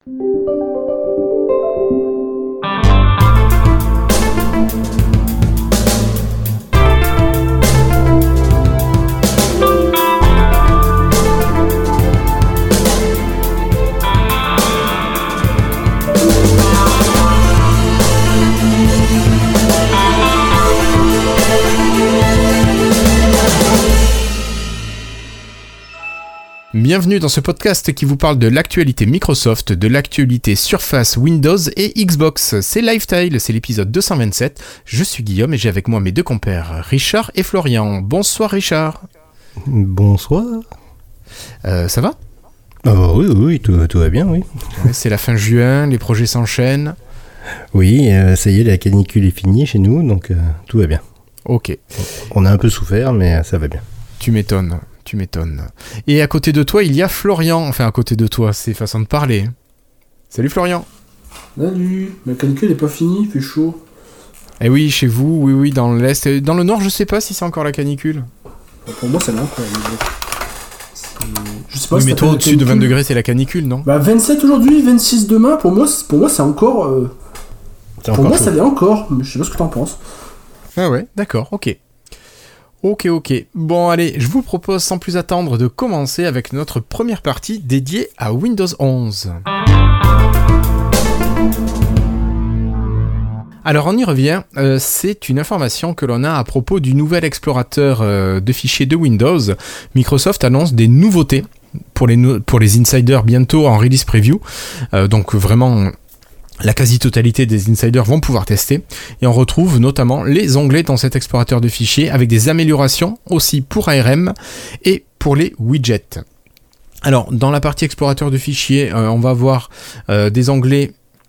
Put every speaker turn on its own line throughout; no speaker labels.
Bienvenue dans ce podcast qui vous parle de l'actualité Microsoft, de l'actualité Surface, Windows et Xbox. C'est Lifestyle, c'est l'épisode 227. Je suis Guillaume et j'ai avec moi mes deux compères, Richard et Florian. Bonsoir Richard.
Bonsoir.
Ça va ?
Oui, tout va bien, oui.
Ouais, c'est la fin juin, les projets s'enchaînent.
Oui, ça y est, la canicule est finie chez nous, donc tout va bien.
Ok.
On a un peu souffert, mais ça va bien.
Tu m'étonnes. Et à côté de toi, il y a Florian. Enfin, à côté de toi, c'est façon de parler. Salut Florian.
Salut. La canicule n'est pas finie, il fait chaud.
Eh oui, chez vous, oui, dans l'Est. Dans le Nord, je sais pas si c'est encore la canicule.
Pour moi, ça l'est encore. Je sais pas
oui,
si
mais toi, au-dessus de 20 degrés, c'est la canicule, non ?
27 aujourd'hui, 26 demain, pour moi c'est encore... pour moi, chaud. Ça l'est encore, mais je sais pas ce que t'en penses.
Ah ouais, d'accord, ok. Bon, allez, je vous propose sans plus attendre de commencer avec notre première partie dédiée à Windows 11. Alors, on y revient. C'est une information que l'on a à propos du nouvel explorateur de fichiers de Windows. Microsoft annonce des nouveautés pour les insiders bientôt en release preview. Donc, vraiment... La quasi-totalité des insiders vont pouvoir tester et on retrouve notamment les onglets dans cet explorateur de fichiers avec des améliorations aussi pour ARM et pour les widgets. Alors, dans la partie explorateur de fichiers, on va voir des onglets,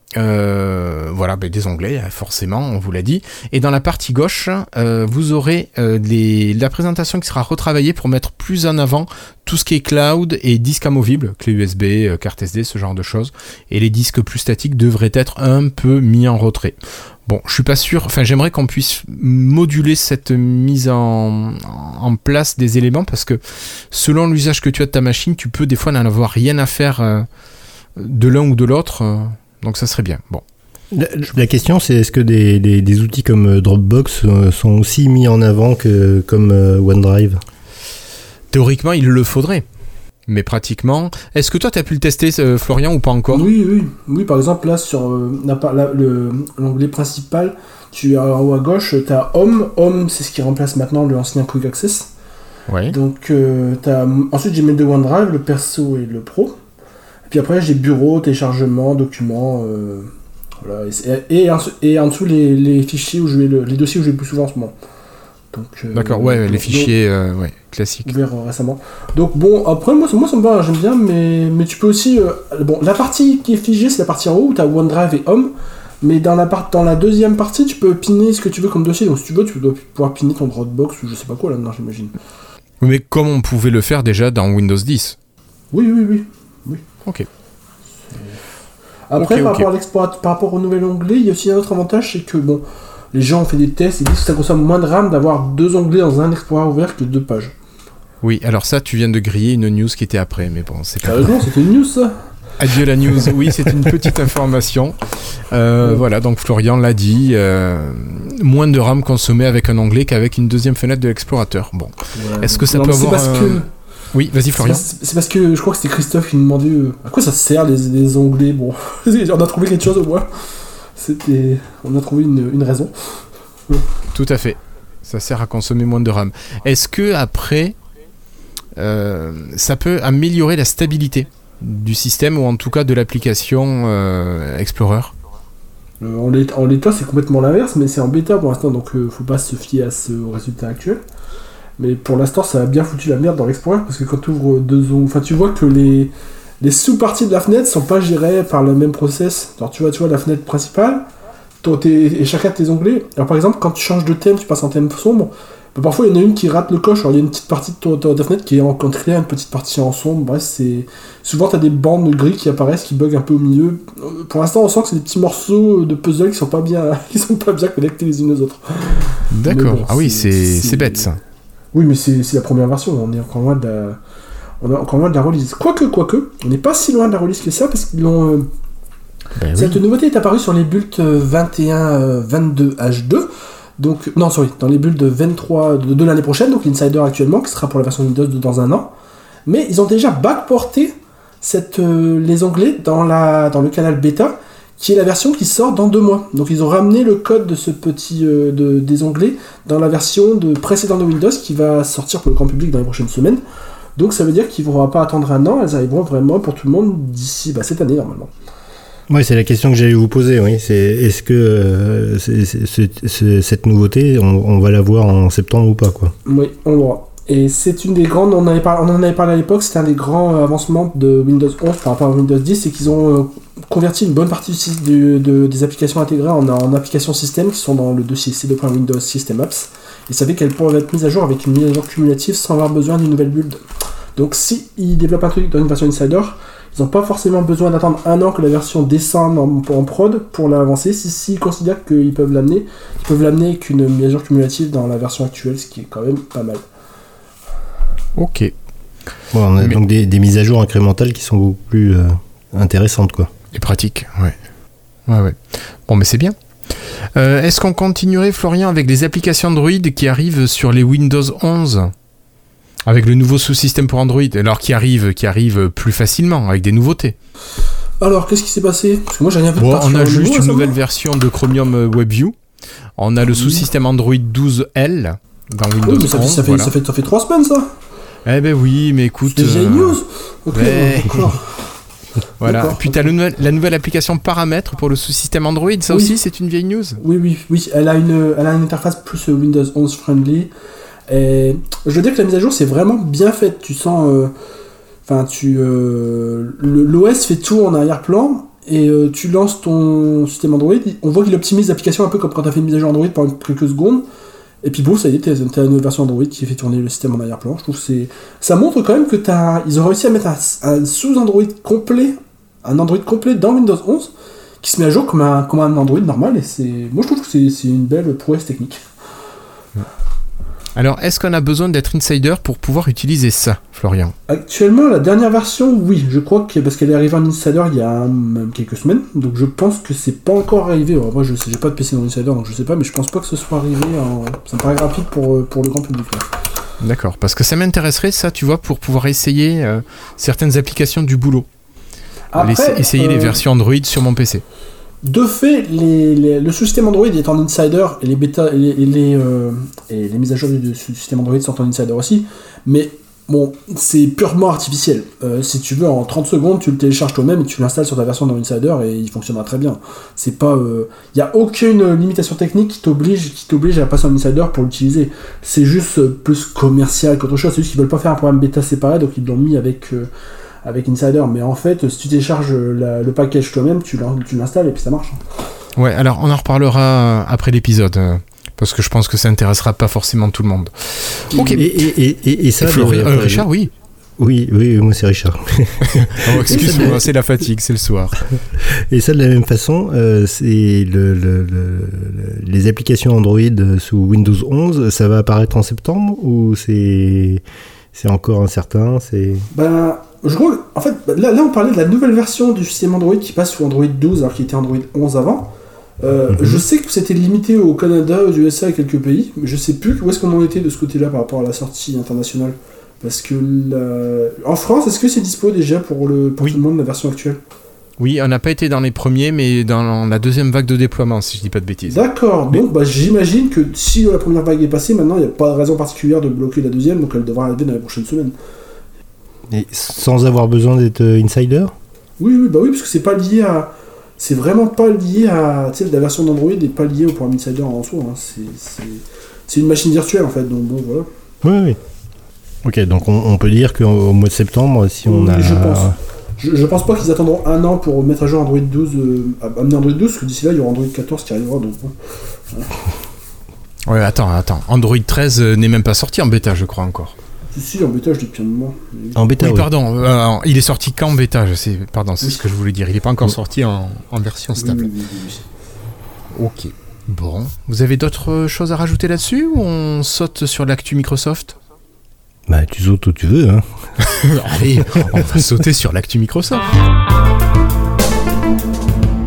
des onglets, forcément, on vous l'a dit. Et dans la partie gauche, vous aurez la présentation qui sera retravaillée pour mettre plus en avant tout ce qui est cloud et disques amovibles, clé USB, carte SD, ce genre de choses. Et les disques plus statiques devraient être un peu mis en retrait. Bon, je suis pas sûr, j'aimerais qu'on puisse moduler cette mise en place des éléments parce que selon l'usage que tu as de ta machine, tu peux des fois n'en avoir rien à faire de l'un ou de l'autre. Donc ça serait bien. Bon.
La question, c'est est-ce que des outils comme Dropbox sont aussi mis en avant que comme OneDrive ?
Théoriquement, il le faudrait. Mais pratiquement... Est-ce que toi, tu as pu le tester, Florian, ou pas encore ?
Oui, par exemple, là, sur l'onglet principal, tu as en haut à gauche, tu as Home. Home, c'est ce qui remplace maintenant l'ancien Quick Access.
Ouais.
Donc, ensuite, j'ai mis le OneDrive, le perso et le pro. Et puis après, j'ai bureau, téléchargement, documents, voilà. Et en dessous, les fichiers les dossiers où je vais le plus souvent en ce moment. Donc,
d'accord, les fichiers classiques.
Ouvert récemment. Donc bon, après, moi ça me va, j'aime bien, mais tu peux aussi... la partie qui est figée, c'est la partie en haut où tu as OneDrive et Home. Mais dans la deuxième partie, tu peux pinner ce que tu veux comme dossier. Donc si tu veux, tu dois pouvoir pinner ton Dropbox ou je sais pas quoi là-dedans, j'imagine.
Mais comme on pouvait le faire déjà dans Windows 10.
Oui.
Ok.
Après, par rapport au nouvel onglet, il y a aussi un autre avantage, c'est que les gens ont fait des tests et disent que ça consomme moins de RAM d'avoir 2 onglets dans un Explorer ouvert que 2 pages.
Oui, alors ça, tu viens de griller une news qui était après, mais bon, c'est pas...
Sérieusement, c'était une news, ça ?
Adieu la news, oui, c'est une petite information. Voilà, donc Florian l'a dit, moins de RAM consommée avec un onglet qu'avec une deuxième fenêtre de l'explorateur. Bon, est-ce que ça peut avoir Oui, vas-y Florian.
C'est parce que je crois que c'était Christophe qui nous demandait à quoi ça sert les onglets. Bon, on a trouvé quelque chose au moins. On a trouvé une raison.
Tout à fait. Ça sert à consommer moins de RAM. Est-ce que après, ça peut améliorer la stabilité du système ou en tout cas de l'application Explorer ?
En l'état, c'est complètement l'inverse, mais c'est en bêta pour l'instant, donc faut pas se fier au résultat actuel. Mais pour l'instant, ça a bien foutu la merde dans l'Explorer, parce que quand tu ouvres 2 onglets, tu vois que les sous-parties de la fenêtre sont pas gérées par le même process. Alors tu vois la fenêtre principale, et chacun de tes onglets. Alors par exemple, quand tu changes de thème, tu passes en thème sombre, parfois il y en a une qui rate le coche. Alors il y a une petite partie de ta fenêtre qui est en clair, une petite partie en sombre. Bref, souvent tu as des bandes gris qui apparaissent, qui bug un peu au milieu. Pour l'instant, on sent que c'est des petits morceaux de puzzle qui sont pas bien connectés les unes aux autres.
D'accord. Bon, c'est bête ça.
Oui, mais c'est la première version. On est encore loin de la release. Quoique, on n'est pas si loin de la release que ça, parce qu'ils l'ont Cette nouveauté est apparue sur les builds 21-22H2. Donc, non, dans les builds 23 de l'année prochaine, donc l'Insider actuellement, qui sera pour la version Windows dans un an. Mais ils ont déjà backporté les onglets dans le canal bêta, qui est la version qui sort dans 2 mois. Donc ils ont ramené le code de ce des onglets dans la version précédente de Windows qui va sortir pour le grand public dans les prochaines semaines. Donc ça veut dire qu'ils ne vont pas attendre un an, elles arriveront vraiment pour tout le monde d'ici cette année normalement.
Oui, c'est la question que j'allais vous poser. Oui, est-ce que cette nouveauté, on va la voir en septembre ou pas, quoi? Oui,
on l'aura. Et c'est une des grandes, on en avait parlé à l'époque, c'était un des grands avancements de Windows 11 par rapport à Windows 10, c'est qu'ils ont converti une bonne partie des applications intégrées en applications système qui sont dans le dossier C2.Windows System Apps, et ça fait qu'elles pourraient être mises à jour avec une mise à jour cumulative sans avoir besoin d'une nouvelle build. Donc si ils développent un truc dans une version Insider, ils n'ont pas forcément besoin d'attendre un an que la version descende en prod pour l'avancer. S'ils considèrent qu'ils peuvent l'amener, avec une mise à jour cumulative dans la version actuelle, ce qui est quand même pas mal.
Ok.
Bon, on a donc des mises à jour incrémentales qui sont beaucoup plus intéressantes, quoi.
Et pratiques, ouais. Bon, mais c'est bien. Est-ce qu'on continuerait, Florian, avec les applications Android qui arrivent sur les Windows 11 ? Avec le nouveau sous-système pour Android, alors qui arrive plus facilement, avec des nouveautés.
Alors, qu'est-ce qui s'est passé ? Parce que moi, j'ai rien vu de
on a juste une nouvelle version de Chromium WebView. On a le sous-système Android 12L dans Windows 11.
Ça fait 3 semaines, ça ?
Eh ben oui, mais écoute...
C'est déjà une news ? Ok, d'accord.
Voilà. D'accord. Puis tu as la nouvelle application Paramètres pour le sous-système Android, ça aussi, c'est une vieille news ?
Oui. Elle a une interface plus Windows 11 friendly. Et je veux dire que la mise à jour c'est vraiment bien faite. Tu sens, l'OS fait tout en arrière-plan et tu lances ton système Android. On voit qu'il optimise l'application un peu comme quand tu as fait une mise à jour Android pendant quelques secondes. Et puis bon, ça y est, t'as une nouvelle version Android qui fait tourner le système en arrière-plan. Je trouve que ça montre quand même que ils ont réussi à mettre un sous-Android complet, un Android complet dans Windows 11 qui se met à jour comme un Android normal. Et moi je trouve que c'est une belle prouesse technique.
Alors, est-ce qu'on a besoin d'être insider pour pouvoir utiliser ça, Florian ?
Actuellement, la dernière version, oui. Je crois que parce qu'elle est arrivée en insider il y a même quelques semaines, donc je pense que c'est pas encore arrivé. Alors, moi, je sais, j'ai pas de PC dans l'insider, donc je sais pas, mais je pense pas que ce soit arrivé. Ça me paraît rapide pour le grand public. Là.
D'accord, parce que ça m'intéresserait, ça, tu vois, pour pouvoir essayer certaines applications du boulot. Après, essayer les versions Android sur mon PC.
De fait, le système Android est en insider et les bêtas et les mises à jour du système Android sont en insider aussi, mais bon, c'est purement artificiel. Si tu veux, en 30 secondes, tu le télécharges toi-même et tu l'installes sur ta version dans Insider et il fonctionnera très bien. C'est pas, y a aucune limitation technique qui t'oblige à passer en Insider pour l'utiliser. C'est juste plus commercial qu'autre chose. C'est juste qu'ils veulent pas faire un programme bêta séparé, donc ils l'ont mis avec Insider, mais en fait, si tu télécharges le package toi-même, tu l'installes et puis ça marche.
Ouais, alors on en reparlera après l'épisode, parce que je pense que ça intéressera pas forcément tout le monde.
Ok. Et ça,
Richard, oui.
Oui, moi c'est Richard.
Oh, excuse-moi, c'est la fatigue, c'est le soir.
Et ça, de la même façon, c'est les applications Android sous Windows 11, ça va apparaître en septembre ou c'est encore incertain,
je crois, en fait, là on parlait de la nouvelle version du système Android qui passe sous Android 12 alors qu'il était Android 11 avant. Je sais que c'était limité au Canada, aux USA et quelques pays, mais je sais plus où est-ce qu'on en était de ce côté-là par rapport à la sortie internationale. Parce que en France, est-ce que c'est dispo déjà pour tout le monde la version actuelle ?
Oui, on n'a pas été dans les premiers, mais dans la deuxième vague de déploiement, si je dis pas de bêtises.
D'accord, donc j'imagine que si la première vague est passée, maintenant il n'y a pas de raison particulière de bloquer la deuxième, donc elle devra arriver dans les prochaines semaines.
Et sans avoir besoin d'être insider ?
Oui, parce que c'est pas lié à... C'est vraiment pas lié à... Tu sais, la version d'Android n'est pas liée au programme insider en soi, hein. C'est une machine virtuelle en fait, donc bon, voilà.
Oui. Ok, donc on peut dire qu'au mois de septembre, si on a...
Je pense. Je pense pas qu'ils attendront un an pour mettre à jour Android 12, amener Android 12, parce que d'ici là, il y aura Android 14 qui arrivera, donc bon.
Voilà. Ouais, attends. Android 13 n'est même pas sorti en bêta, je crois, encore.
Si, en bêta, je dis depuis un moment.
En bêta,
oui. Pardon, il est sorti quand en bêta, c'est ce que je voulais dire. Il n'est pas encore sorti en version stable.
Oui.
Ok. Bon, vous avez d'autres choses à rajouter là-dessus, ou on saute sur l'actu Microsoft ?
Bah, tu sautes où tu veux, hein.
Allez, on va sauter sur l'actu Microsoft.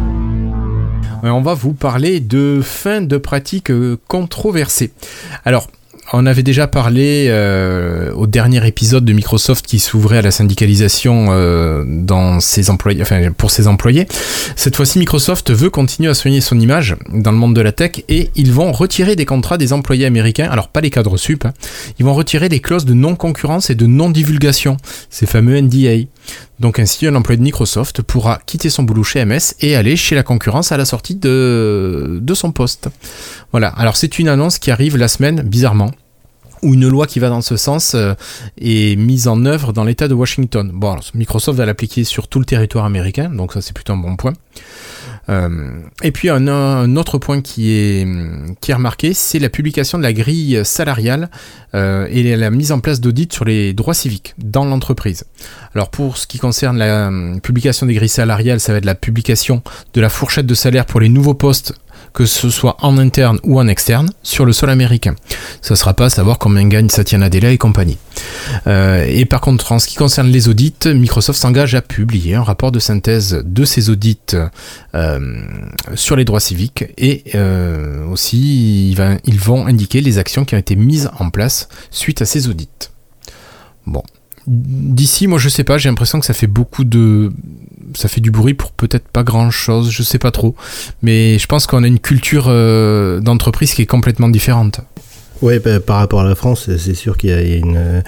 On va vous parler de fin de pratique controversée. Alors, on avait déjà parlé au dernier épisode de Microsoft qui s'ouvrait à la syndicalisation dans ses employés, enfin pour ses employés. Cette fois-ci, Microsoft veut continuer à soigner son image dans le monde de la tech et ils vont retirer des contrats des employés américains. Alors pas les cadres sup, ils vont retirer les clauses de non-concurrence et de non-divulgation, ces fameux NDA. Donc ainsi, un employé de Microsoft pourra quitter son boulot chez MS et aller chez la concurrence à la sortie de son poste. Voilà, alors c'est une annonce qui arrive la semaine, bizarrement, où une loi qui va dans ce sens est mise en œuvre dans l'État de Washington. Bon, alors, Microsoft va l'appliquer sur tout le territoire américain, donc ça c'est plutôt un bon point. Et puis un autre point qui est remarqué, c'est la publication de la grille salariale et la mise en place d'audits sur les droits civiques dans l'entreprise. Alors pour ce qui concerne la publication des grilles salariales, ça va être la publication de la fourchette de salaire pour les nouveaux postes, que ce soit en interne ou en externe, sur le sol américain. Ça ne sera pas à savoir combien gagne Satya Nadella et compagnie. Et par contre, en ce qui concerne les audits, Microsoft s'engage à publier un rapport de synthèse de ces audits sur les droits civiques et aussi ils vont indiquer les actions qui ont été mises en place suite à ces audits. Bon. D'ici, moi je sais pas, j'ai l'impression que ça fait ça fait du bruit pour peut-être pas grand chose, je sais pas trop, mais je pense qu'on a une culture d'entreprise qui est complètement différente.
Ouais, par rapport à la France, c'est sûr qu'il y a une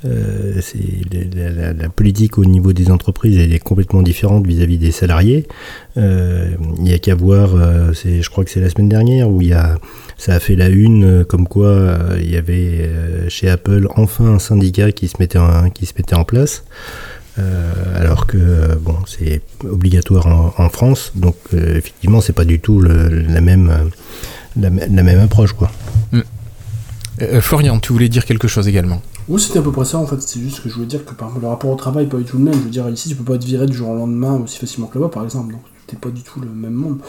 la politique au niveau des entreprises elle est complètement différente vis-à-vis des salariés. Il y a qu'à voir, je crois que c'est la semaine dernière où ça a fait la une, comme quoi il y avait chez Apple enfin un syndicat qui se mettait en place. Alors que c'est obligatoire en France, donc effectivement c'est pas du tout la même approche quoi.
Florian, tu voulais dire quelque chose également?
Oui, c'était à peu près ça en fait, c'est juste que je voulais dire que par exemple le rapport au travail n'est pas du tout le même. Je veux dire, ici tu peux pas être viré du jour au lendemain aussi facilement que là-bas par exemple, donc t'es pas du tout le même monde.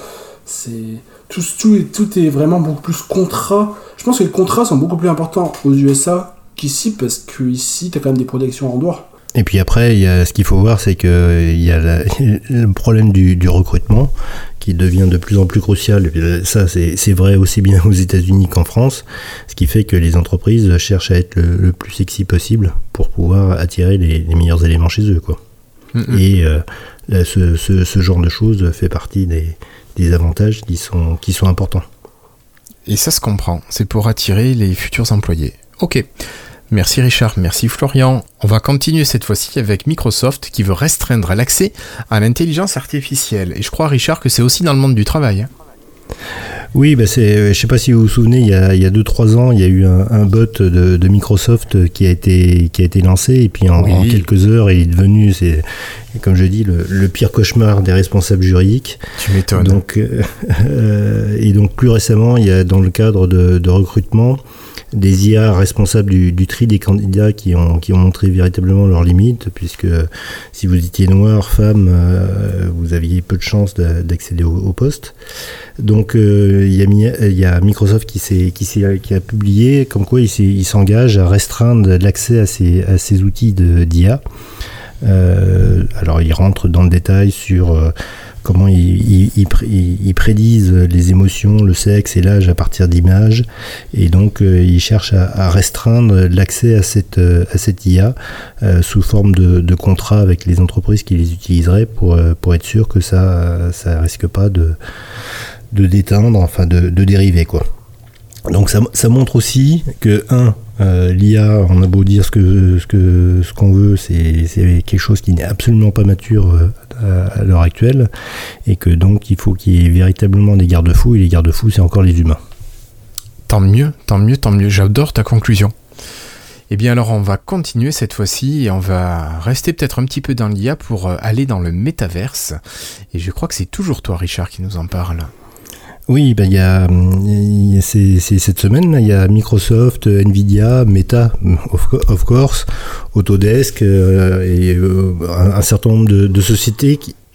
Tout est vraiment beaucoup plus contrat. Je pense que les contrats sont beaucoup plus importants aux USA qu'ici, parce que ici t'as quand même des protections en dehors.
Et puis après, ce qu'il faut voir, c'est qu'il y a le problème du recrutement qui devient de plus en plus crucial. Et puis ça, c'est vrai aussi bien aux États-Unis qu'en France, ce qui fait que les entreprises cherchent à être le plus sexy possible pour pouvoir attirer les meilleurs éléments chez eux, quoi. Mm-hmm. Et ce genre de choses fait partie des avantages qui sont importants.
Et ça se comprend, c'est pour attirer les futurs employés. Ok. Merci Richard, merci Florian. On va continuer cette fois-ci avec Microsoft qui veut restreindre l'accès à l'intelligence artificielle. Et je crois Richard que c'est aussi dans le monde du travail.
Oui, je sais pas si vous vous souvenez, il y a 2-3 ans, il y a eu un bot de Microsoft qui a été lancé et puis en quelques heures, il est devenu, comme je dis, le pire cauchemar des responsables juridiques.
Tu m'étonnes.
Donc, et donc plus récemment, il y a dans le cadre de recrutement des IA responsables du tri des candidats qui ont montré véritablement leurs limites, puisque si vous étiez noir, femme, vous aviez peu de chances d'accéder au poste. Donc il y a Microsoft qui a publié comme quoi il s'engage à restreindre l'accès à ces outils d'IA. Alors il rentre dans le détail sur comment ils prédisent les émotions, le sexe et l'âge à partir d'images, et donc ils cherchent à restreindre l'accès à cette IA sous forme de contrat avec les entreprises qui les utiliseraient pour être sûr que ça risque pas de déteindre, enfin de dériver quoi. Donc ça montre aussi que l'IA, on a beau dire ce qu'on veut, c'est quelque chose qui n'est absolument pas mature à l'heure actuelle, et que donc il faut qu'il y ait véritablement des garde-fous, et les garde-fous c'est encore les humains.
Tant mieux, j'adore ta conclusion. Eh bien alors on va continuer cette fois-ci et on va rester peut-être un petit peu dans l'IA pour aller dans le métaverse, et je crois que c'est toujours toi Richard qui nous en parle.
Oui, c'est cette semaine, il y a Microsoft, Nvidia, Meta, of course, Autodesk et un certain nombre de sociétés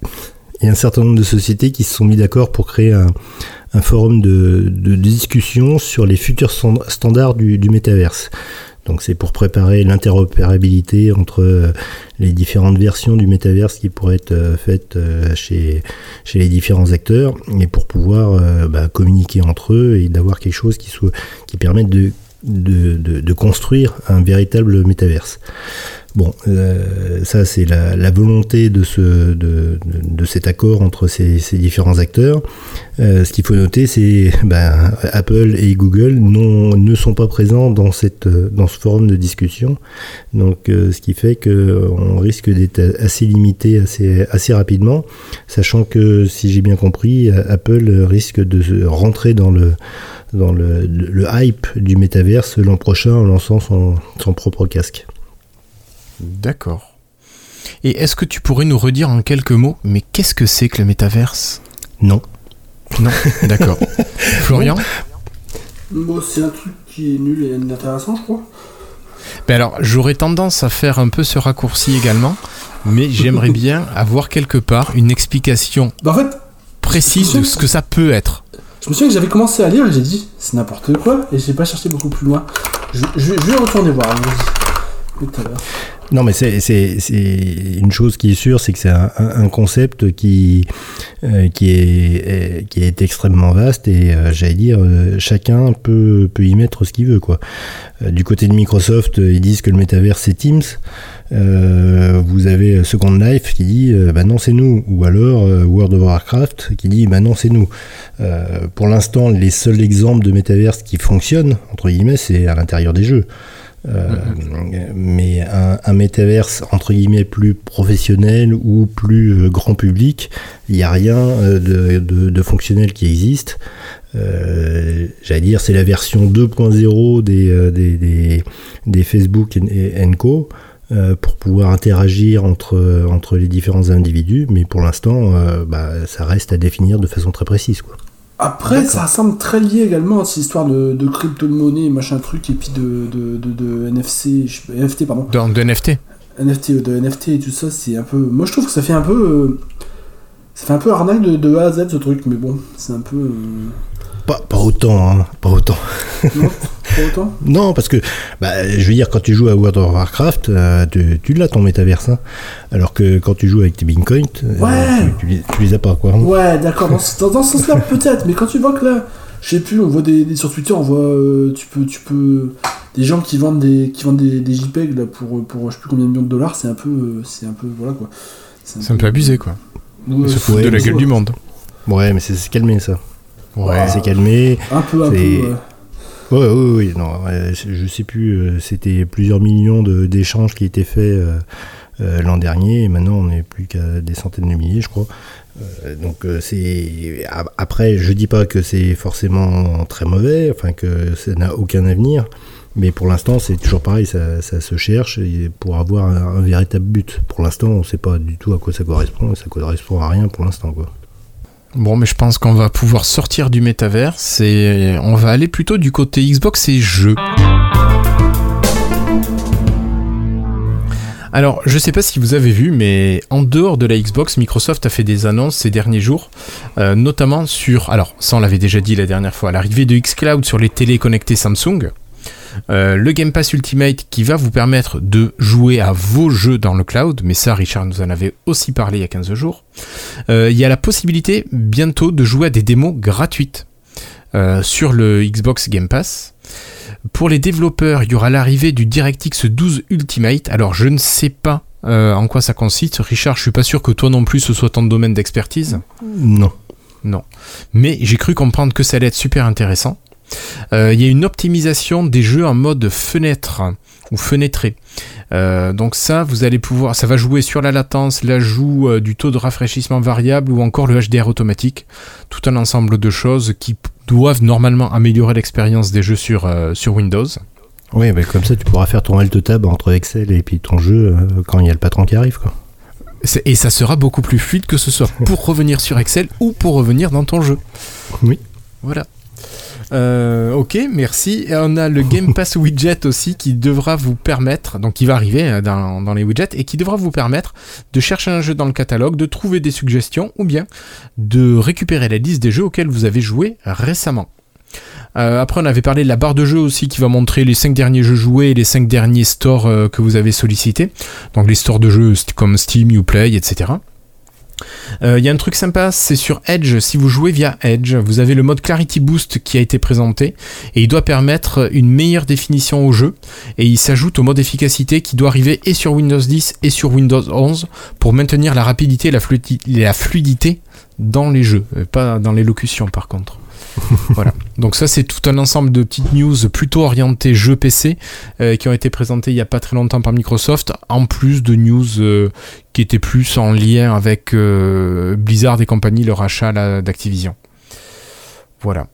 qui se sont mis d'accord pour créer un forum de discussion sur les futurs standards du métaverse. Donc c'est pour préparer l'interopérabilité entre les différentes versions du métaverse qui pourraient être faites chez les différents acteurs, et pour pouvoir communiquer entre eux et d'avoir quelque chose qui permette de construire un véritable métaverse. Bon, ça c'est la volonté de cet accord entre ces différents acteurs. Ce qu'il faut noter, c'est Apple et Google ne sont pas présents dans ce forum de discussion. Donc, ce qui fait qu'on risque d'être assez limité assez rapidement, sachant que, si j'ai bien compris, Apple risque de rentrer dans le hype du métaverse l'an prochain en lançant son propre casque.
D'accord. Et est-ce que tu pourrais nous redire en quelques mots, mais qu'est-ce que c'est que le métaverse ?
Non,
d'accord. Florian ?
Bon, c'est un truc qui est nul et inintéressant, je crois.
Alors, j'aurais tendance à faire un peu ce raccourci également, mais j'aimerais bien avoir quelque part une explication précise de ce que ça peut être.
Je me souviens que j'avais commencé à lire et j'ai dit, c'est n'importe quoi, et j'ai pas cherché beaucoup plus loin. Je vais retourner voir,
Non, mais c'est une chose qui est sûre, c'est que c'est un concept qui est extrêmement vaste, et j'allais dire chacun peut y mettre ce qu'il veut, quoi. Du côté de Microsoft, ils disent que le métavers c'est Teams. Vous avez Second Life qui dit non, c'est nous, ou alors World of Warcraft qui dit non, c'est nous. Pour l'instant, les seuls exemples de métavers qui fonctionnent entre guillemets, c'est à l'intérieur des jeux. Mais un métaverse entre guillemets plus professionnel ou plus grand public, il n'y a rien de fonctionnel qui existe. J'allais dire, c'est la version 2.0 des Facebook et Co, pour pouvoir interagir entre les différents individus, mais pour l'instant ça reste à définir de façon très précise, quoi.
Après, d'accord, ça semble très lié également à cette histoire de crypto-monnaie, machin truc, et puis de NFT, pardon.
De NFT.
De NFT et tout ça, c'est un peu... Moi, je trouve que ça fait un peu... Ça fait un peu arnaque de A à Z, ce truc, mais bon, c'est un peu...
Pas autant, hein, pas autant.
Non, pas autant.
Non, parce que, je veux dire, quand tu joues à World of Warcraft, tu l'as ton métaverse, hein. Alors que quand tu joues avec tes Bitcoins, tu les as pas, quoi.
Ouais, d'accord, dans ce sens-là, peut-être, mais quand tu vois que là, je sais plus, on voit sur Twitter, on voit, tu peux, des gens qui vendent des JPEG là pour je sais plus combien de millions de dollars, c'est un peu, voilà, quoi.
C'est un peu abusé, quoi.
Ouais,
se fout de la gueule du monde.
Ouais, mais c'est calmé, ça.
Ouais,
c'est calmé.
Un peu.
Oui, non, je sais plus, c'était plusieurs millions d'échanges qui étaient faits l'an dernier, et maintenant on n'est plus qu'à des centaines de milliers, je crois. Donc c'est... Après, je dis pas que c'est forcément très mauvais, enfin que ça n'a aucun avenir, mais pour l'instant c'est toujours pareil, ça se cherche pour avoir un véritable but. Pour l'instant, on sait pas du tout à quoi ça correspond, et ça correspond à rien pour l'instant, quoi.
Bon, mais je pense qu'on va pouvoir sortir du métaverse et on va aller plutôt du côté Xbox et jeux. Alors, je sais pas si vous avez vu, mais en dehors de la Xbox, Microsoft a fait des annonces ces derniers jours, notamment sur... Alors, ça on l'avait déjà dit la dernière fois, l'arrivée de xCloud sur les télés connectées Samsung, le Game Pass Ultimate qui va vous permettre de jouer à vos jeux dans le cloud, mais ça Richard nous en avait aussi parlé il y a 15 jours. Il y a la possibilité bientôt de jouer à des démos gratuites sur le Xbox Game Pass. Pour les développeurs, il y aura l'arrivée du DirectX 12 Ultimate. Alors je ne sais pas en quoi ça consiste. Richard, je suis pas sûr que toi non plus ce soit ton domaine d'expertise.
Non.
Mais j'ai cru comprendre que ça allait être super intéressant. Il y a une optimisation des jeux en mode fenêtre ou fenêtré. Donc ça, vous allez pouvoir, ça va jouer sur la latence, l'ajout du taux de rafraîchissement variable ou encore le HDR automatique. Tout un ensemble de choses qui doivent normalement améliorer l'expérience des jeux sur Windows.
Oui, mais comme ça, tu pourras faire ton Alt-Tab entre Excel et puis ton jeu quand il y a le patron qui arrive, quoi.
Et ça sera beaucoup plus fluide, que ce soit pour revenir sur Excel ou pour revenir dans ton jeu.
Oui.
Voilà. Ok, merci. Et on a le Game Pass Widget aussi qui devra vous permettre, donc qui va arriver dans les widgets et qui devra vous permettre de chercher un jeu dans le catalogue, de trouver des suggestions ou bien de récupérer la liste des jeux auxquels vous avez joué récemment. Après, on avait parlé de la barre de jeu aussi qui va montrer les 5 derniers jeux joués et les 5 derniers stores que vous avez sollicités. Donc les stores de jeux comme Steam, Uplay, etc. Il y a un truc sympa, c'est sur Edge. Si vous jouez via Edge, vous avez le mode Clarity Boost qui a été présenté et il doit permettre une meilleure définition au jeu, et il s'ajoute au mode efficacité qui doit arriver et sur Windows 10 et sur Windows 11 pour maintenir la rapidité et la fluidité dans les jeux, pas dans l'élocution par contre. Voilà. Donc ça, c'est tout un ensemble de petites news plutôt orientées jeux PC qui ont été présentées il n'y a pas très longtemps par Microsoft, en plus de news qui étaient plus en lien avec Blizzard et compagnie, le rachat d'Activision. Voilà.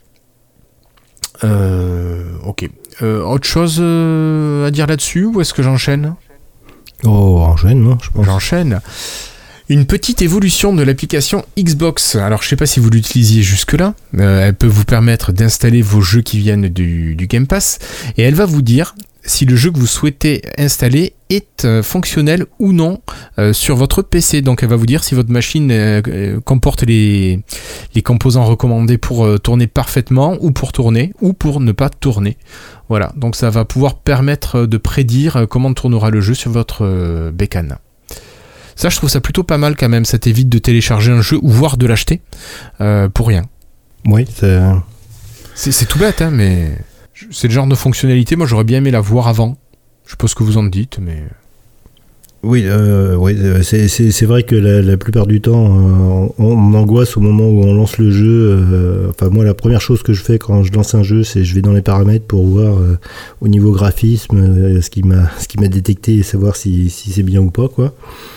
Ok. Autre chose à dire là-dessus, ou est-ce que j'enchaîne ?
Oh, enchaîne, non, je pense.
J'enchaîne. Une petite évolution de l'application Xbox. Alors, je sais pas si vous l'utilisiez jusque-là. Elle peut vous permettre d'installer vos jeux qui viennent du Game Pass. Et elle va vous dire si le jeu que vous souhaitez installer est fonctionnel ou non sur votre PC. Donc, elle va vous dire si votre machine comporte les composants recommandés pour tourner parfaitement, ou pour tourner, ou pour ne pas tourner. Voilà. Donc, ça va pouvoir permettre de prédire comment tournera le jeu sur votre bécane. Ça, je trouve ça plutôt pas mal quand même. Ça t'évite de télécharger un jeu ou voire de l'acheter pour rien.
Oui,
c'est tout bête, hein, mais c'est le genre de fonctionnalité. Moi, j'aurais bien aimé la voir avant. Je sais pas ce que vous en dites, mais...
Oui, c'est vrai que la plupart du temps, on angoisse au moment où on lance le jeu. Enfin, moi, la première chose que je fais quand je lance un jeu, c'est je vais dans les paramètres pour voir au niveau graphisme ce qui m'a détecté et savoir si c'est bien ou pas, quoi.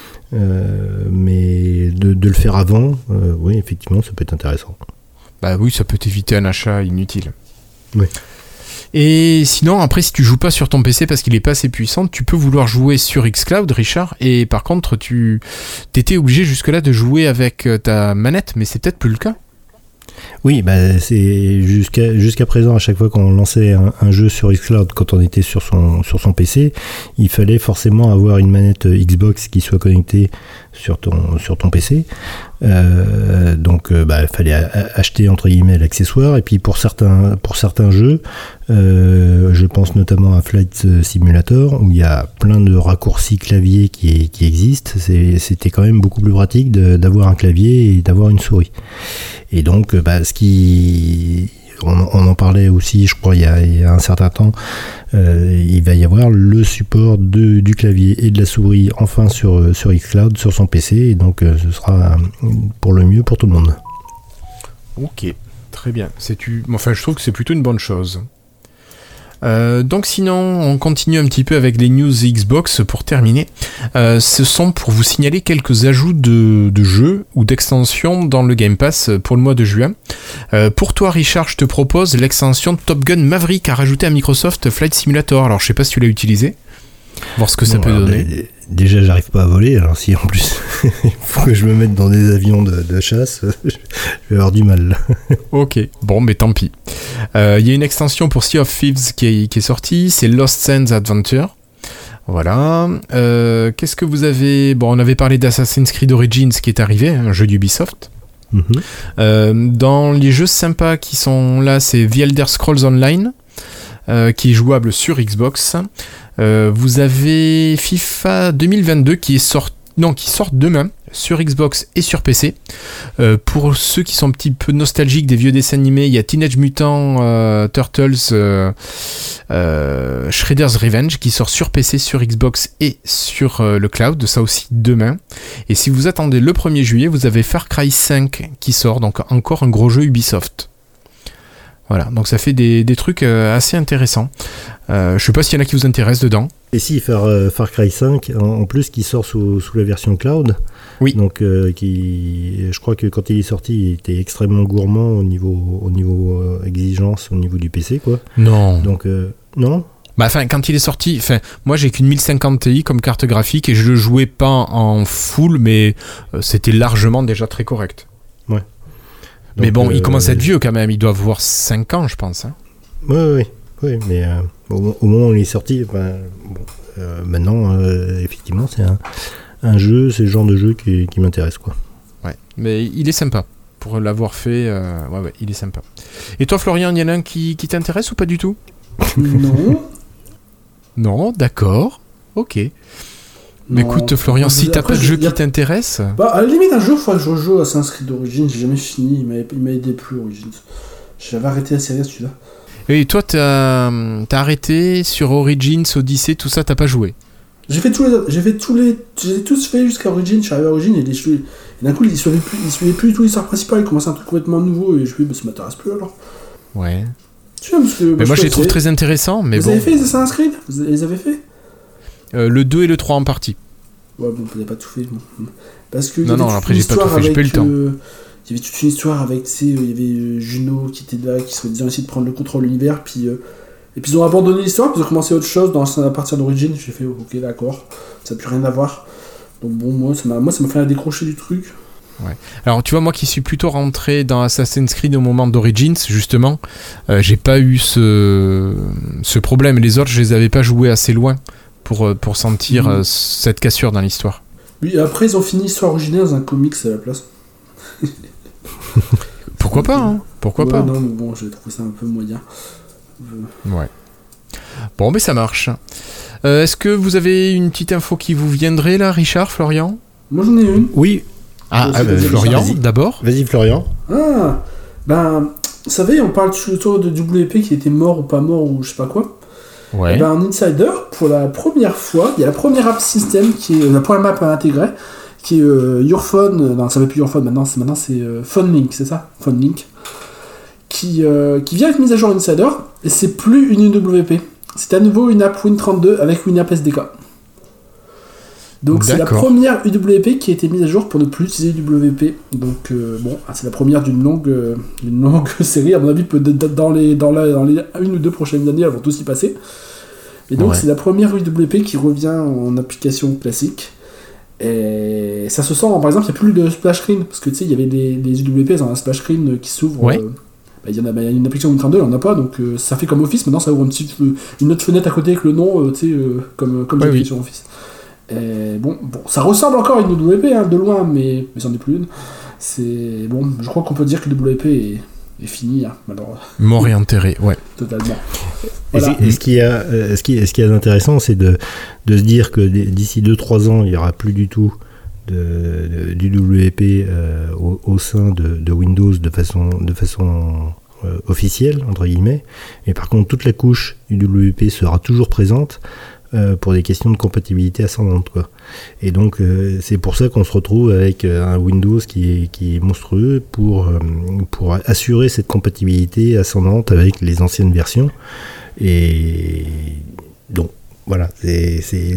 Mais de le faire avant, oui, effectivement, ça peut être intéressant.
Bah oui, ça peut t'éviter un achat inutile.
Oui.
Et sinon, après, si tu joues pas sur ton PC parce qu'il est pas assez puissant, tu peux vouloir jouer sur xCloud, Richard, et par contre, t'étais obligé jusque-là de jouer avec ta manette, mais c'est peut-être plus le cas.
Oui, bah c'est jusqu'à présent, à chaque fois qu'on lançait un jeu sur xCloud, quand on était sur son PC, il fallait forcément avoir une manette Xbox qui soit connectée sur ton PC. Donc il fallait acheter entre guillemets l'accessoire, et puis pour certains jeux, je pense notamment à Flight Simulator, où il y a plein de raccourcis clavier qui existent. C'était quand même beaucoup plus pratique d'avoir un clavier et d'avoir une souris. Et donc on en parlait aussi, je crois, il y a un certain temps. Il va y avoir le support du clavier et de la souris enfin sur xCloud, sur son PC, et donc ce sera pour le mieux pour tout le monde.
Ok, très bien. Je trouve que c'est plutôt une bonne chose. Donc sinon, on continue un petit peu avec les news Xbox pour terminer. Ce sont pour vous signaler quelques ajouts de jeux ou d'extensions dans le Game Pass pour le mois de juin. Pour toi, Richard, je te propose l'extension Top Gun Maverick à rajouter à Microsoft Flight Simulator. Alors, je sais pas si tu l'as utilisé. Voir ce que ça peut donner.
Déjà, j'arrive pas à voler, alors si en plus il faut que je me mette dans des avions de chasse, je vais avoir du mal.
Ok, bon, mais tant pis. Il y a une extension pour Sea of Thieves qui est sortie, c'est Lost Sands Adventure. Voilà. Qu'est-ce que vous avez... Bon, on avait parlé d'Assassin's Creed Origins qui est arrivé, un jeu d'Ubisoft. Dans les jeux sympas qui sont là, c'est The Elder Scrolls Online, qui est jouable sur Xbox. Vous avez FIFA 2022 qui sort demain sur Xbox et sur PC. Pour ceux qui sont un petit peu nostalgiques des vieux dessins animés, il y a Teenage Mutant Turtles Shredder's Revenge qui sort sur PC, sur Xbox et sur le cloud, ça aussi demain. Et si vous attendez le 1er juillet, vous avez Far Cry 5 qui sort, donc encore un gros jeu Ubisoft. Voilà, donc ça fait des trucs assez intéressants. Je sais pas s'il y en a qui vous intéressent dedans.
Et si Far Cry 5, en plus, qui sort sous la version cloud.
Oui.
Donc, je crois que quand il est sorti, il était extrêmement gourmand au niveau exigence, au niveau du PC, quoi.
Non.
Donc, non.
Bah, quand il est sorti, moi j'ai qu'une 1050 Ti comme carte graphique et je le jouais pas en full, mais c'était largement déjà très correct.
Ouais.
Donc, mais bon, il commence à être vieux quand même, il doit avoir 5 ans, je pense. Hein.
Oui, mais au moment où il est sorti, maintenant, effectivement, c'est un jeu, c'est le genre de jeu qui m'intéresse, quoi.
Ouais, mais il est sympa. pour l'avoir fait. Ouais, il est sympa. Et toi, Florian, il y en a un qui t'intéresse ou pas du tout?
Non.
Non, d'accord. Ok. Mais écoute, Florian, si t'as pas de jeu qui t'intéresse...
Bah, à la limite, un jour, il faudrait que je rejoue à Assassin's Creed Origins. J'ai jamais fini, il m'a aidé plus, Origins. J'avais arrêté la série, celui-là. Et
toi, t'as arrêté sur Origins, Odyssey, tout ça, t'as pas joué?
J'ai tous fait jusqu'à Origins. Je suis arrivé à Origins et d'un coup, il suivait plus du tout l'histoire principale. Il commençait un truc complètement nouveau et je me suis dit, ça m'intéresse plus alors.
Ouais.
Tu vois, parce que,
mais moi, je les trouve très intéressants. Mais
vous avez fait les Assassin's Creed? Vous les avez fait?
Le 2 et le 3 en partie.
Ouais, bon, vous n'avez pas tout fait. Bon. Parce que
non, après, j'ai pas tout fait, j'ai pas eu le temps.
Il y avait toute une histoire avec, tu sais, il y avait Juno qui était là, qui soi-disant essayé de prendre le contrôle de l'univers, puis ils ont abandonné l'histoire, puis ils ont commencé autre chose à partir d'Origins. J'ai fait, ok, d'accord, ça n'a plus rien à voir. Donc bon, moi, ça m'a fait décrocher du truc.
Ouais. Alors, tu vois, moi qui suis plutôt rentré dans Assassin's Creed au moment d'Origins, justement, j'ai pas eu ce problème. Les autres, je les avais pas joués assez loin pour sentir cette cassure dans l'histoire.
Oui, après, ils ont fini l'histoire originale dans un comics à la place.
Pourquoi pas, hein? Pourquoi pas?
Non, mais bon, j'ai trouvé ça un peu moyen.
Ouais. Bon, mais ça marche. Est-ce que vous avez une petite info qui vous viendrait là, Richard, Florian?
Moi, j'en ai une.
Oui.
Florian, d'abord.
Vas-y, Florian.
Vous savez, on parle autour de WP qui était mort ou pas mort ou je sais pas quoi.
Ouais.
En Insider, pour la première fois, il y a la première app système qui est la première map à intégrer, qui est Your Phone. Non, ça s'appelle plus Your Phone maintenant c'est PhoneLink, c'est ça? PhoneLink. Qui vient avec mise à jour Insider, et c'est plus une UWP. C'est à nouveau une app Win32 avec WinApp SDK. Donc c'est la première UWP qui a été mise à jour pour ne plus utiliser UWP. Donc c'est la première d'une longue série. À mon avis, dans les 1 ou 2 prochaines années, elles vont tous y passer. Et donc c'est la première UWP qui revient en application classique. Et ça se sent, par exemple, il n'y a plus de splash screen. Parce que tu sais, il y avait des UWP dans un splash screen qui s'ouvre.
Ouais.
Il y a une application Win32, elle en a pas, donc ça fait comme Office. Maintenant, ça ouvre une autre fenêtre à côté avec le nom, comme sur Office. Et bon, ça ressemble encore à une WP, de loin, mais c'en est plus une. C'est bon, je crois qu'on peut dire que le WP est fini, alors.
Mort et enterré, ouais.
Totalement.
Voilà. Et ce qui est intéressant, c'est de se dire que d'ici 2-3 ans, il n'y aura plus du tout du WP au sein de Windows de façon officielle, entre guillemets. Et par contre, toute la couche du WP sera toujours présente pour des questions de compatibilité ascendante, quoi. Et donc c'est pour ça qu'on se retrouve avec un Windows qui est monstrueux pour assurer cette compatibilité ascendante avec les anciennes versions. Et donc voilà, c'est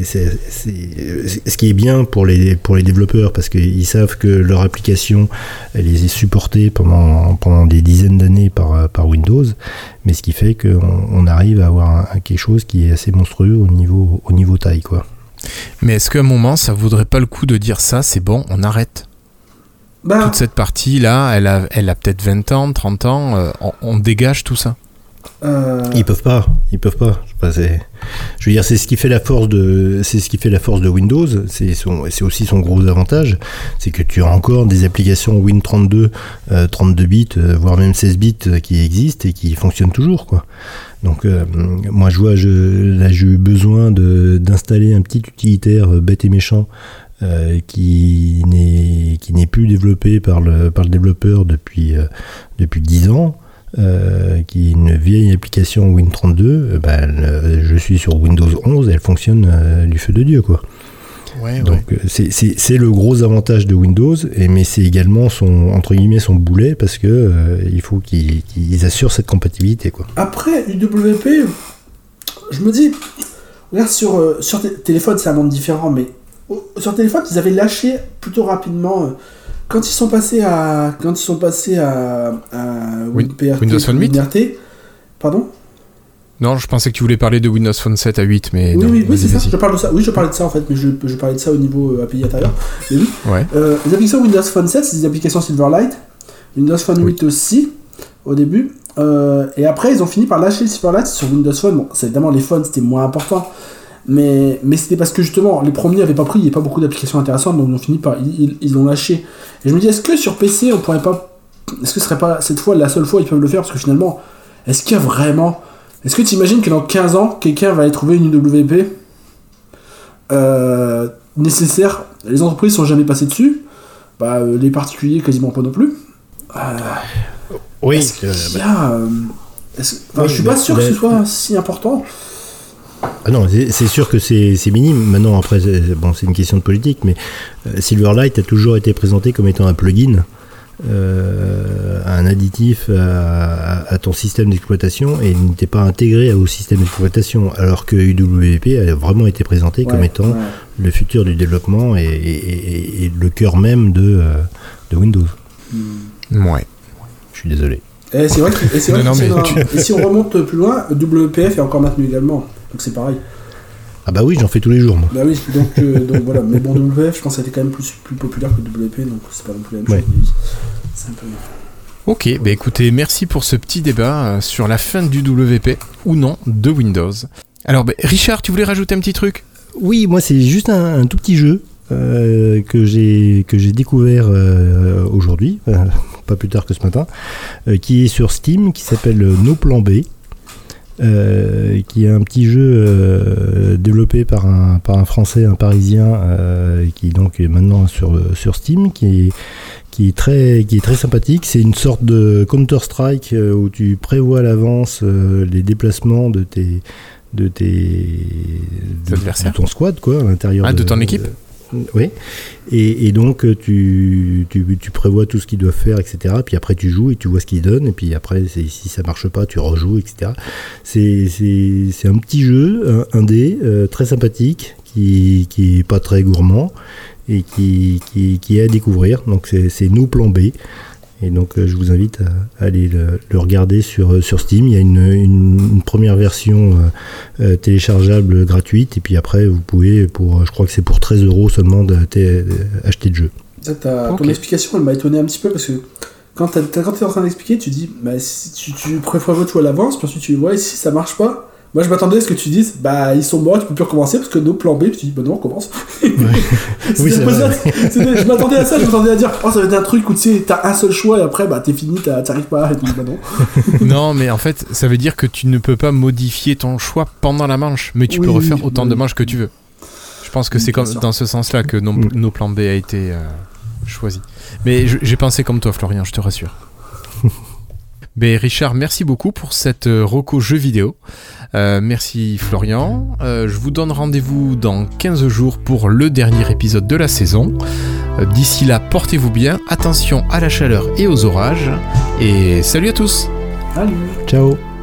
ce qui est bien pour les développeurs, parce qu'ils savent que leur application elle est supportée pendant des dizaines d'années par Windows, mais ce qui fait qu'on arrive à avoir quelque chose qui est assez monstrueux au niveau taille, quoi.
Mais est-ce qu'à un moment ça vaudrait pas le coup de dire ça, c'est bon, on arrête? Toute cette partie là, elle a peut-être 20 ans, 30 ans, on dégage tout ça.
Ils peuvent pas. Je veux dire, c'est ce qui fait la force de Windows. C'est aussi son gros avantage, c'est que tu as encore des applications Win32, 32 bits, voire même 16 bits qui existent et qui fonctionnent toujours, quoi. Donc moi j'ai eu besoin d'installer un petit utilitaire bête et méchant qui n'est plus développé par le développeur depuis 10 ans. Qui est une vieille application Win32, je suis sur Windows 11 et elle fonctionne du feu de Dieu, quoi. Donc c'est le gros avantage de Windows, mais c'est également son boulet, parce que il faut qu'ils assurent cette compatibilité, quoi.
Après UWP, je me dis, regarde sur téléphone c'est un monde différent, mais sur téléphone ils avaient lâché plutôt rapidement. Quand ils sont passés à
Windows Phone 8.
Pardon ?
Non, je pensais que tu voulais parler de Windows Phone 7 à 8, mais
oui, c'est ça. Je parle de ça. Oui, je parlais de ça en fait, mais je parlais de ça au niveau API intérieur. Mais oui.
Ouais.
Les applications Windows Phone 7, c'est des applications Silverlight. Windows Phone 8 aussi au début. Et après, ils ont fini par lâcher le Silverlight sur Windows Phone. Bon, c'est évidemment les phones, c'était moins important. Mais c'était parce que justement les premiers n'avaient pas pris, il n'y avait pas beaucoup d'applications intéressantes, donc ils ont fini par ils l'ont lâché. Et je me dis, est-ce que sur PC on pourrait pas est-ce que ce serait pas cette fois la seule fois où ils peuvent le faire? Parce que finalement, est-ce qu'il y a vraiment... Est-ce que tu imagines que dans 15 ans, quelqu'un va aller trouver une UWP nécessaire? Les entreprises sont jamais passées dessus, les particuliers quasiment pas non plus.
Oui,
est-ce qu'il y a... je suis pas sûr que ce soit si important.
Ah non, c'est sûr que c'est minime. Maintenant, après, c'est une question de politique, mais Silverlight a toujours été présenté comme étant un plugin, un additif à ton système d'exploitation, et il n'était pas intégré au système d'exploitation, alors que UWP a vraiment été présenté comme étant le futur du développement et le cœur même de Windows.
Ouais.
Je suis désolé.
Et c'est vrai et si on remonte plus loin, WPF est encore maintenu également, donc c'est pareil.
Ah bah oui, j'en fais tous les jours, moi.
Bah oui, donc voilà. Mais bon, WPF, je pense que ça a été quand même plus populaire que WP, donc c'est pas non plus la même chose. Mais c'est un peu...
Ok, écoutez, merci pour ce petit débat sur la fin du WP, ou non, de Windows. Alors, Richard, tu voulais rajouter un petit truc?
Oui, moi c'est juste un tout petit jeu que j'ai découvert aujourd'hui, pas plus tard que ce matin, qui est sur Steam, qui s'appelle No Plan B, qui est un petit jeu développé par un Français, un Parisien, qui donc est maintenant sur Steam, qui est très sympathique. C'est une sorte de Counter-Strike où tu prévois à l'avance les déplacements de ton squad, quoi, à l'intérieur
de ton équipe.
Oui, et donc tu prévois tout ce qu'ils doivent faire, etc. Puis après tu joues et tu vois ce qu'ils donnent, et puis après si ça marche pas, tu rejoues, etc. C'est un petit jeu indé très sympathique, qui est pas très gourmand et qui est à découvrir. Donc c'est No Plan B. Et donc je vous invite à aller le regarder sur Steam. Il y a une première version téléchargeable gratuite, et puis après vous pouvez, je crois que c'est pour 13 € seulement, acheter le jeu.
Ton explication, elle m'a étonné un petit peu, parce que quand t'es en train d'expliquer, tu dis si tu prévois tout à l'avance, puis ensuite tu vois, et si ça marche pas, moi je m'attendais à ce que tu dises ils sont morts, tu peux plus recommencer, parce que nos plans B, puis tu dis non, on recommence.
Oui, c'est vrai.
Je m'attendais à ça, je m'attendais à dire ça va être un truc où tu sais, t'as un seul choix et après t'es fini, t'arrives pas, et tout, non.
Non, mais en fait, ça veut dire que tu ne peux pas modifier ton choix pendant la manche, mais tu peux refaire autant de manches que tu veux. Je pense que c'est comme dans ce sens-là que nos plans B a été choisi. Mais j'ai pensé comme toi, Florian, je te rassure. Richard, merci beaucoup pour cette reco jeu vidéo. Merci Florian. Je vous donne rendez-vous dans 15 jours pour le dernier épisode de la saison. D'ici là, portez-vous bien, attention à la chaleur et aux orages, et salut à tous.
Salut.
Ciao.